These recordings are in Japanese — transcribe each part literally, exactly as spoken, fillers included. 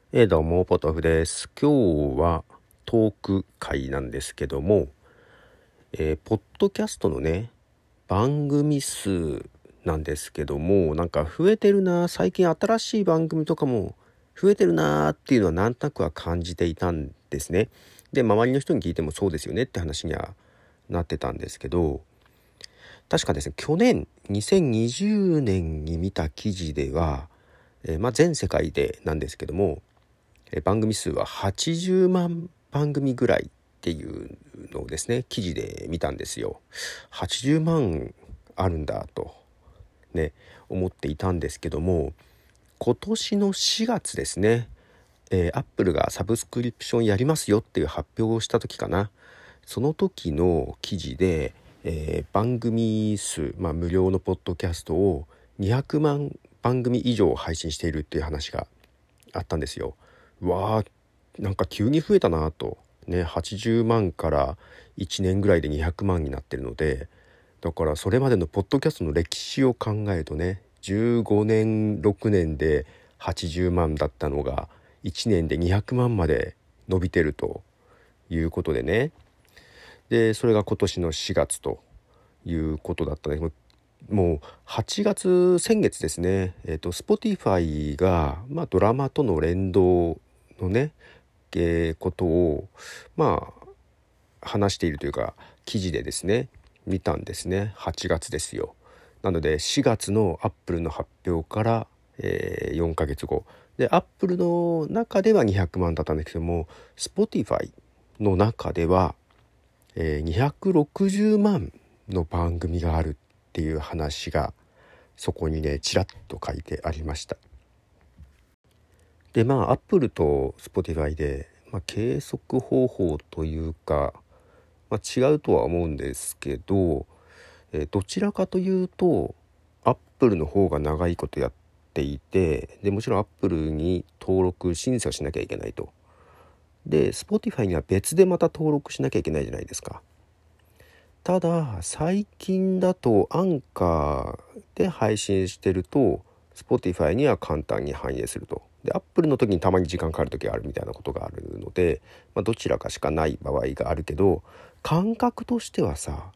えー、どうもポトフです。今日はトーク会なんですけども、えー、ポッドキャストのね番組数なんですけども、なんか増えてるな、最近新しい番組とかも増えてるなっていうのはなんとなくは感じていたんですね。で、周りの人に聞いてもそうですよねって話にはなってたんですけど、確かですね、去年にせんにじゅうねんに見た記事では、えーまあ、全世界でなんですけども、え番組数ははちじゅうまん番組ぐらいっていうのをですね、記事で見たんですよ。はちじゅうまんあるんだとね思っていたんですけども、今年のしがつですね、えー、アップルがサブスクリプションやりますよっていう発表をした時かな。その時の記事で、えー番組数、まあ、無料のポッドキャストをにひゃくまん番組以上配信しているっていう話があったんですよ。わー、なんか急に増えたなとね。はちじゅうまんからいちねんぐらいでにひゃくまんになってるので、だからそれまでのポッドキャストの歴史を考えるとね、じゅうごねんろくねんではちじゅうまんだったのがいちねんでにひゃくまんまで伸びてるということでね。でそれが今年のしがつということだったので、もうはちがつ、先月ですね、えーと Spotify が、まあ、ドラマとの連動のね、えーことをまあ話しているというか記事でですね見たんですね。はちがつですよ。なのでしがつのアップルの発表から、えー、よんかげつごで、アップルの中ではにひゃくまんだったんですけども、 Spotify の中では、えー、にひゃくろくじゅうまんの番組があるっていう話がそこにねちらっと書いてありました。でまあアップルと Spotify で、まあ、計測方法というか、まあ、違うとは思うんですけど、えーどちらかというとアップルの方が長いことやっていて、でもちろんアップルに登録審査しなきゃいけないと。で Spotify には別でまた登録しなきゃいけないじゃないですか。ただ最近だとアンカーで配信してると Spotify には簡単に反映すると。で Apple の時にたまに時間かかる時があるみたいなことがあるので、まあ、どちらかしかない場合があるけど、感覚としてはさ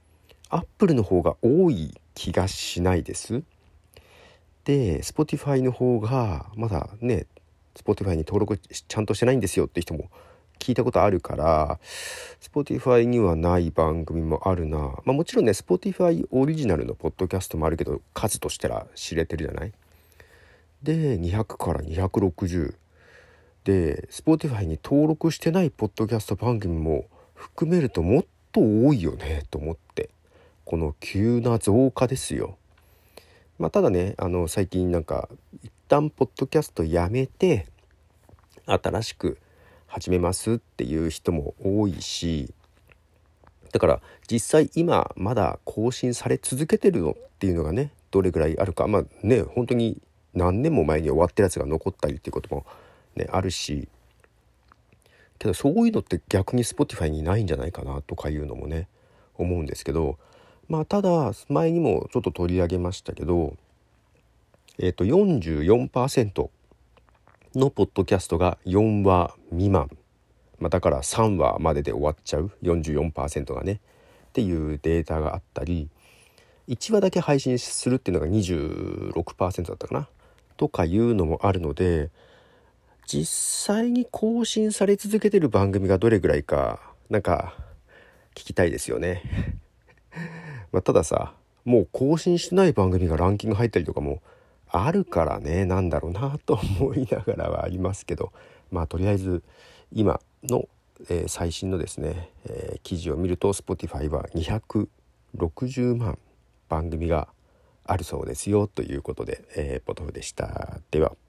Apple の方が多い気がしないです。で Spotify の方がまだね Spotify に登録ちゃんとしてないんですよって人も聞いたことあるから、 Spotify にはない番組もあるな。まあもちろんね Spotify オリジナルのポッドキャストもあるけど、数としては知れてるじゃない。でにひゃくからにひゃくろくじゅうで Spotify に登録してないポッドキャスト番組も含めるともっと多いよねと思って、この急な増加ですよ。まあただね、あの最近なんか一旦ポッドキャストやめて新しく始めますっていう人も多いし、だから実際今まだ更新され続けてるのっていうのがねどれぐらいあるか、まあね本当に何年も前に終わってるやつが残ったりっていうこともねあるし、けどそういうのって逆に Spotify にないんじゃないかなとかいうのもね思うんですけど、まあただ前にもちょっと取り上げましたけど、えっと よんじゅうよんパーセント のポッドキャストがよんわ未満、まあ、だからさんわまでで終わっちゃう よんじゅうよんパーセント がねっていうデータがあったり、いちわだけ配信するっていうのが にじゅうろくパーセント だったかなとかいうのもあるので、実際に更新され続けてる番組がどれぐらいかなんか聞きたいですよね。まあたださ、もう更新してない番組がランキング入ったりとかもあるからね、なんだろうなと思いながらはありますけど、まあとりあえず今の、えー最新のですね、えー記事を見ると Spotify はにひゃくろくじゅうまん番組があるそうですよということで、えーポトフでした。では。